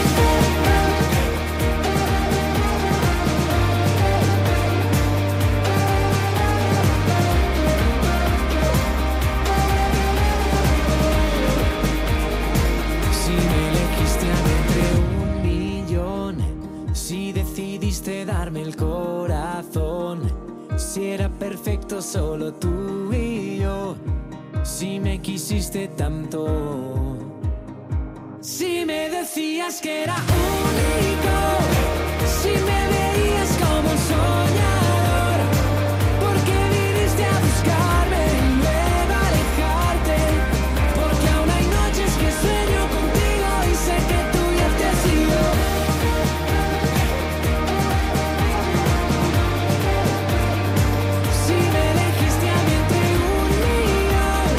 Si me elegiste a mí entre un millón, si decidiste darme el corazón, si era perfecto solo tú y yo, si me quisiste tanto, si me decías que era único, si me veías como un soñador, porque viniste a buscarme y luego a alejarte, porque aún hay noches que sueño contigo y sé que tú ya te has ido. Si me elegiste a mí entre un millón,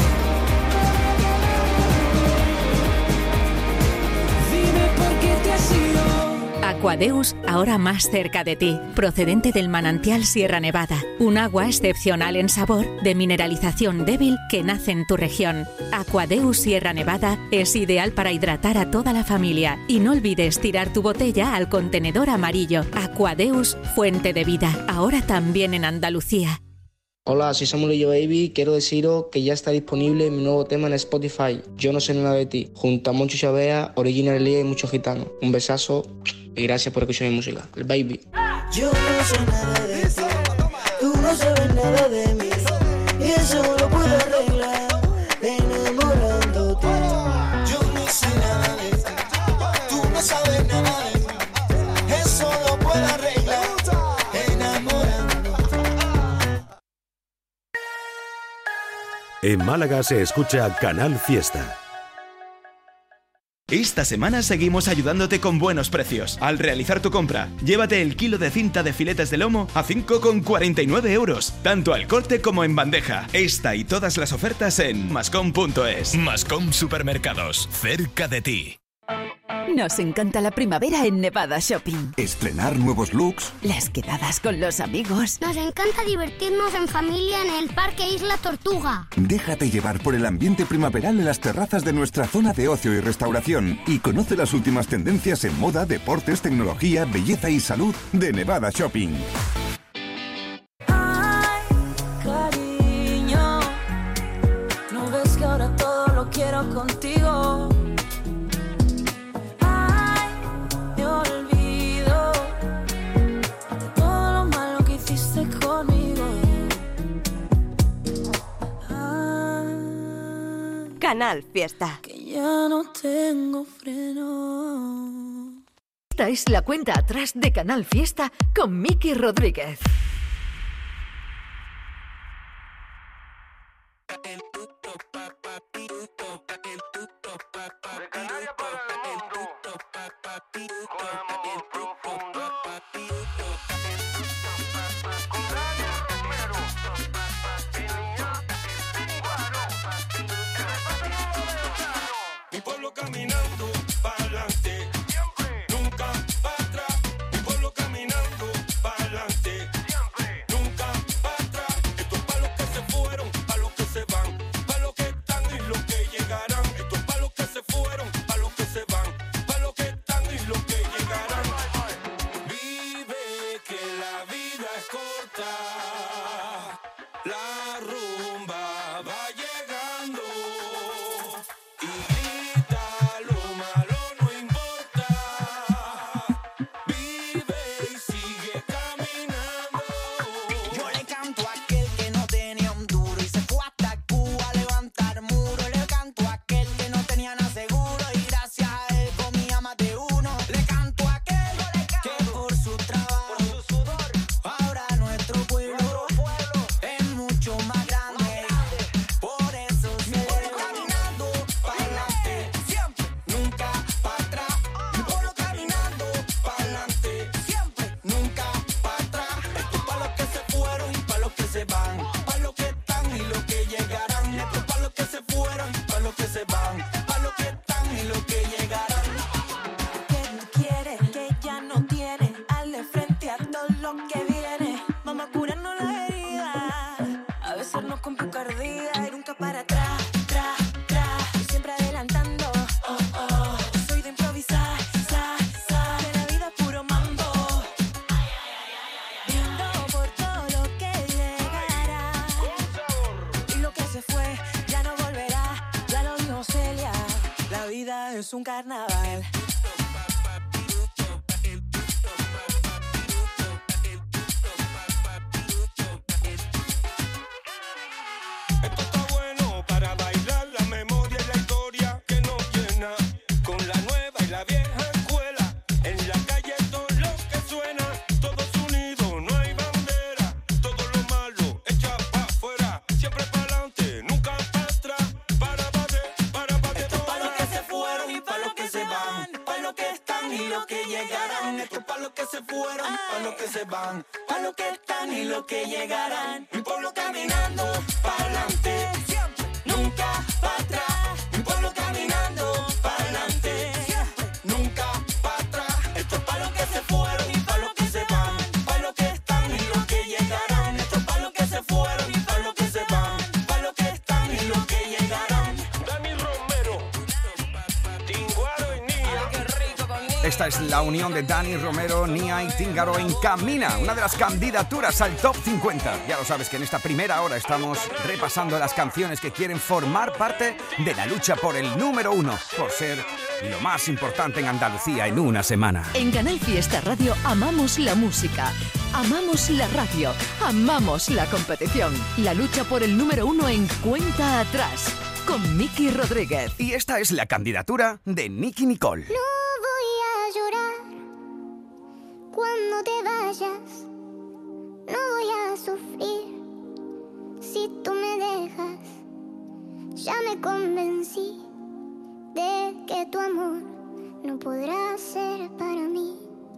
dime por qué te has ido. Aquadeus, ahora más cerca de ti, procedente del manantial Sierra Nevada, un agua excepcional en sabor, de mineralización débil que nace en tu región. Aquadeus Sierra Nevada es ideal para hidratar a toda la familia y no olvides tirar tu botella al contenedor amarillo. Aquadeus, fuente de vida, ahora también en Andalucía. Hola, soy Samuel y yo Baby. Quiero deciros que ya está disponible mi nuevo tema en Spotify, Yo no sé nada de ti, junto a Moncho Chavea, Original Elías y muchos gitanos. Un besazo y gracias por escuchar mi música. El Baby. Yo no sé nada de ti, tú no sabes nada de mí, y eso lo puedo arreglar enamorándote. Yo no sé nada de ti, tú no sabes nada de mí, eso lo puedo arreglar enamorándote. En Málaga se escucha Canal Fiesta. Esta semana seguimos ayudándote con buenos precios. Al realizar tu compra, llévate el kilo de cinta de filetes de lomo a cinco con cuarenta y nueve euros, tanto al corte como en bandeja. Esta y todas las ofertas en mascom punto es. Mascom Supermercados, cerca de ti. Nos encanta la primavera en Nevada Shopping. Estrenar nuevos looks. Las quedadas con los amigos. Nos encanta divertirnos en familia en el Parque Isla Tortuga. Déjate llevar por el ambiente primaveral en las terrazas de nuestra zona de ocio y restauración y conoce las últimas tendencias en moda, deportes, tecnología, belleza y salud de Nevada Shopping. Ay, cariño, ¿no ves que ahora todo lo quiero contigo? Canal Fiesta. Que ya no tengo freno. Esta es la cuenta atrás de Canal Fiesta con Miki Rodríguez. es un carnaval. Esto está bueno para bailar, la memoria y la historia que nos llena. Con la nueva y la vieja escuela, en la calle todo lo que suena. Todos unidos, no hay bandera. Todo lo malo echa pa' afuera. Siempre para adelante, nunca para atrás. Para bate, para bate. Esto es pa' los que se fueron y pa' los que se van. Pa' los que están y los que llegarán. Esto es pa' los que se fueron y pa' los que se van. Pa' los que están y los que llegarán. Mi pueblo caminando para adelante, nunca para atrás. Mi pueblo caminando para adelante, nunca para atrás. Esto es pa' los que se fueron y pa' los que se van. Pa' los que están y los que llegarán. Esto es pa' los que se fueron y pa' los que se van. Pa' los que están y los que llegarán. Dani Romero, Tinguaro y Nia. Qué rico con Nia. Esta es la unión de Dani Romero, Nia y Tíngaro en Camina, una de las candidaturas al Top cincuenta. Ya lo sabes que en esta primera hora estamos repasando las canciones que quieren formar parte de la lucha por el número uno, por ser lo más importante en Andalucía en una semana. En Canal Fiesta Radio amamos la música, amamos la radio, amamos la competición. La lucha por el número uno en Cuenta Atrás, con Miki Rodríguez. Y esta es la candidatura de Nicky Nicole. No voy a llorar cuando te vayas. No voy a sufrir si tú me dejas. Ya me convencí de que tu amor no podrá ser para mí.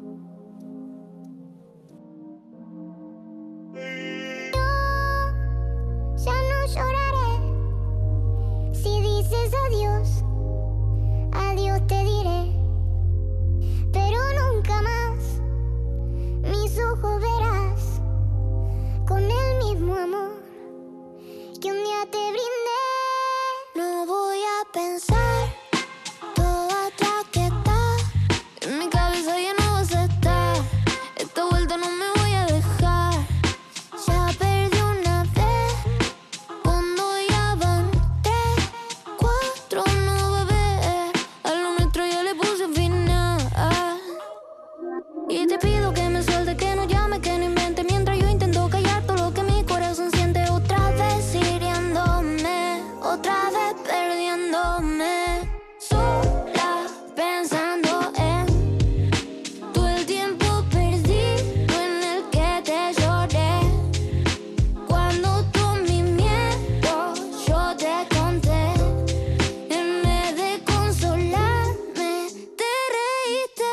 Yo ya no lloraré si dices adiós. Adiós te diré, pero nunca más mis ojos verás con el mismo amor que un día te brindé. No voy a pensar todo atrás que está. En mi cabeza ya no vas a estar. Esta vuelta no me voy a dejar. Ya perdí una vez cuando ya van tres, cuatro, no bebé. A lo nuestro ya le puse final. Y te pido que me suelte, que no llame, que no invente, mientras yo intento callar todo lo que mi corazón siente. Otra vez hiriéndome, otra vez perdiéndome, sola pensando en todo el tiempo perdido en el que te lloré. Cuando tú mi miedo yo te conté, en vez de consolarme te reíste.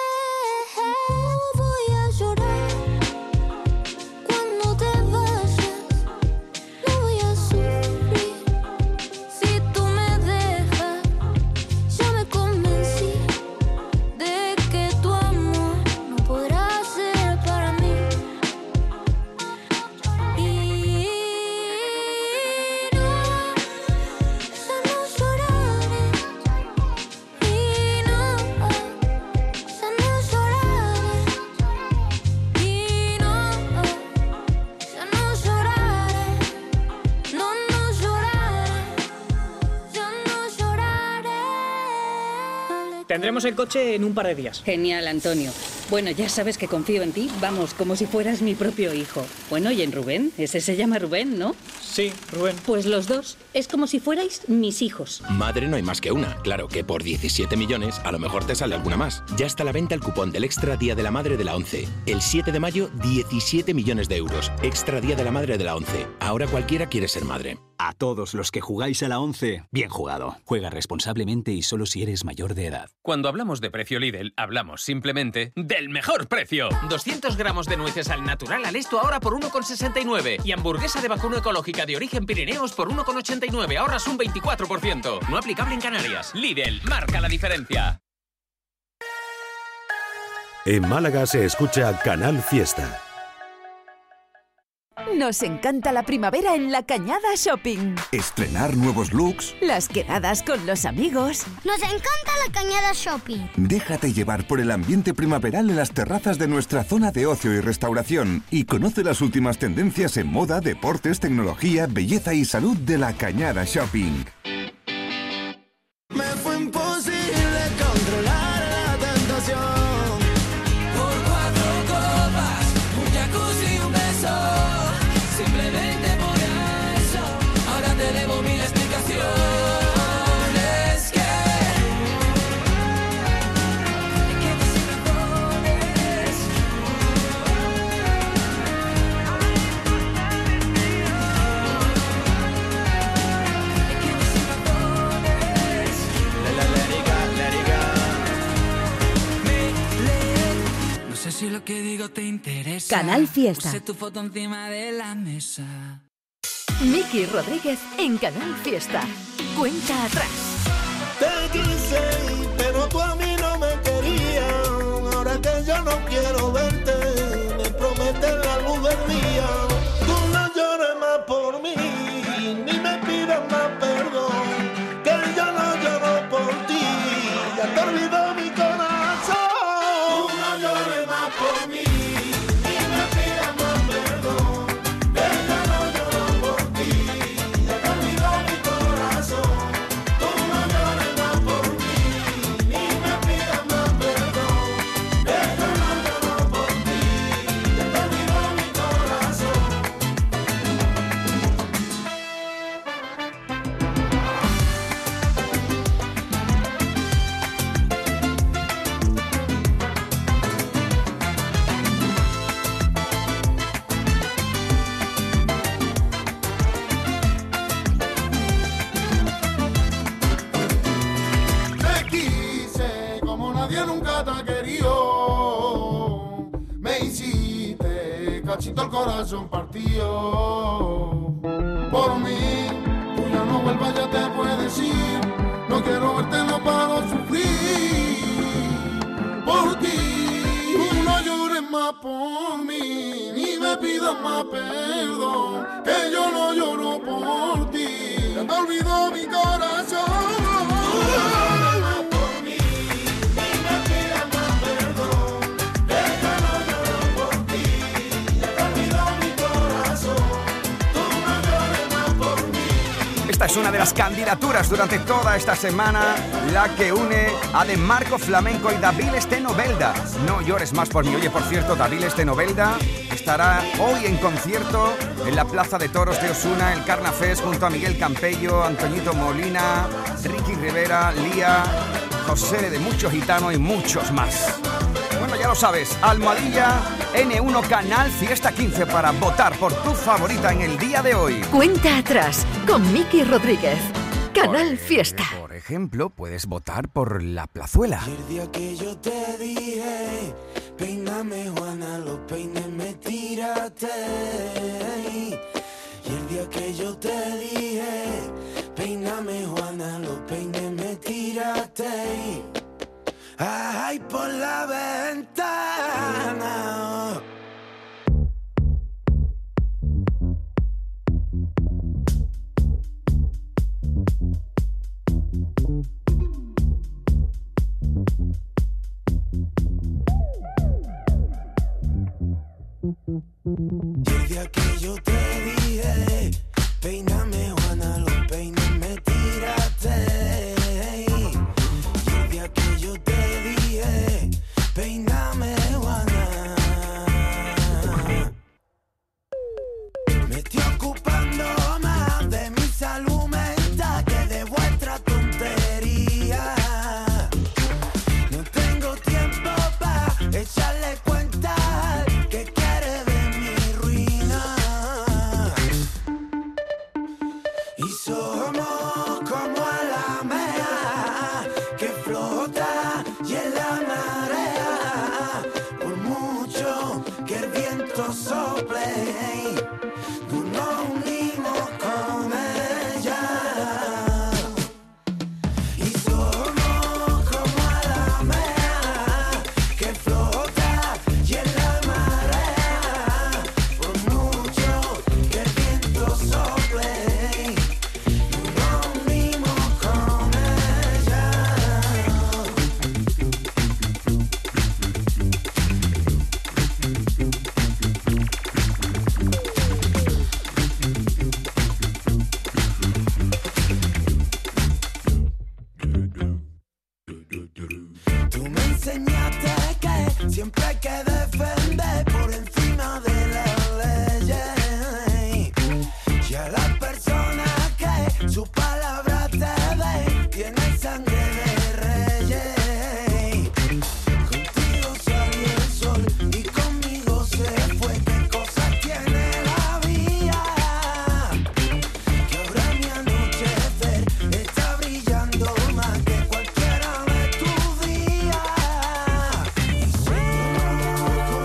No voy a llorar cuando te vayas. No voy a sufrir si tú me dejas. Ya me convencí de que tu amor no podrá ser para mí. Y no, ya no lloraré. Y no, ya no lloraré. Y no, ya no lloraré. No, no lloraré. Ya no lloraré. Tendremos el coche en un par de días. Genial, Antonio. Bueno, ya sabes que confío en ti, vamos, como si fueras mi propio hijo. Bueno, y en Rubén, ese se llama Rubén, ¿no? Sí, Rubén. Pues los dos, es como si fuerais mis hijos. Madre no hay más que una. Claro que por diecisiete millones a lo mejor te sale alguna más. Ya está a la venta el cupón del Extra Día de la Madre de la ONCE. El siete de mayo, diecisiete millones de euros. Extra Día de la Madre de la ONCE. Ahora cualquiera quiere ser madre. A todos los que jugáis a la ONCE, bien jugado. Juega responsablemente y solo si eres mayor de edad. Cuando hablamos de precio Lidl, hablamos simplemente del mejor precio. doscientos gramos de nueces al natural al esto ahora por uno con sesenta y nueve. Y hamburguesa de vacuno ecológica de origen Pirineos por uno con ochenta y nueve. Ahorras un veinticuatro por ciento. No aplicable en Canarias. Lidl, marca la diferencia. En Málaga se escucha Canal Fiesta. Nos encanta la primavera en La Cañada Shopping. Estrenar nuevos looks. Las quedadas con los amigos. Nos encanta La Cañada Shopping. Déjate llevar por el ambiente primaveral en las terrazas de nuestra zona de ocio y restauración y conoce las últimas tendencias en moda, deportes, tecnología, belleza y salud de La Cañada Shopping. Me fue imposible si lo que digo te interesa. Canal Fiesta. Puse tu foto encima de la mesa. Miki Rodríguez en Canal Fiesta. Cuenta atrás. Te quise, pero tú a mí no me querías. Ahora que yo no quiero verte, me prometes la luz del día. Tú no llores más por mí, ni me pidas más perdón, que yo no lloro por ti. Ya te olvidó mi corazón. Tú no llores más por mí, ni me pidas más perdón, que yo no lloro por ti. Ya te olvidó mi corazón. Tú no llores más por mí, ni me pidas más perdón, que yo no lloro por ti. Ya te olvidó mi corazón. Te quise como nadie nunca te ha querido. Me hiciste cachito el corazón partido. Por mí, tú ya no vuelvas, ya te puedes ir. No quiero verte, no paro de sufrir. Por ti, tú no llores más por mí, ni me pidas más perdón, que yo no lloro por ti. Ya te olvidó mi corazón. Esta es una de las candidaturas durante toda esta semana, la que une a De Marco Flamenco y David Estenovelda. No llores más por mí. Oye, por cierto, David Estenovelda estará hoy en concierto en la Plaza de Toros de Osuna, el Carnafest, junto a Miguel Campello, Antoñito Molina, Ricky Rivera, Lía, José de Mucho Gitano y muchos más. Bueno, ya lo sabes, almohadilla ene uno Canal Fiesta quince para votar por tu favorita en el día de hoy. Cuenta atrás con Miki Rodríguez. Canal Fiesta. Por ejemplo, puedes votar por La Plazuela. El día que yo te dije, peíname Juana, los peines me tiraste. Y el día que yo te dije, peíname Juana, los peines me tiraste. Ay, por la ventana. Y el día que yo te dije, peíname Juana, los peines me tiraste. Y el día que yo te dije, peíname Juana, me estoy ocupando más de mi salud mental que de vuestra tontería. No tengo tiempo para echarle cuenta que quiere ver mi ruina. Y somos como a la mea que flota y en la marea. Por mucho que el viento sople, tú no unimos con ella. Y somos como a la mea que flota y en la marea. Por mucho que el viento sople, tú no unimos con ella. Tú me enseñaste que siempre hay que defender por encima de las leyes. Y a las personas que su palabra te dé, tiene sangre de reyes. Contigo salió el sol y conmigo se fue. ¿Qué cosas tiene la vida? Que ahora mi anochecer está brillando más que cualquiera de tus días. Y somos como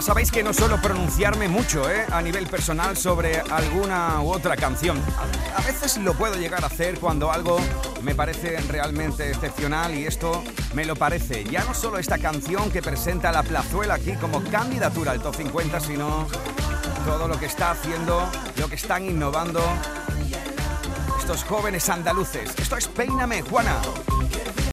sabéis que no suelo pronunciarme mucho, ¿eh? A nivel personal sobre alguna u otra canción. A veces lo puedo llegar a hacer cuando algo me parece realmente excepcional y esto me lo parece. Ya no solo esta canción que presenta La Plazuela aquí como candidatura al top cincuenta, sino todo lo que está haciendo, lo que están innovando estos jóvenes andaluces. Esto es Péiname, Juana.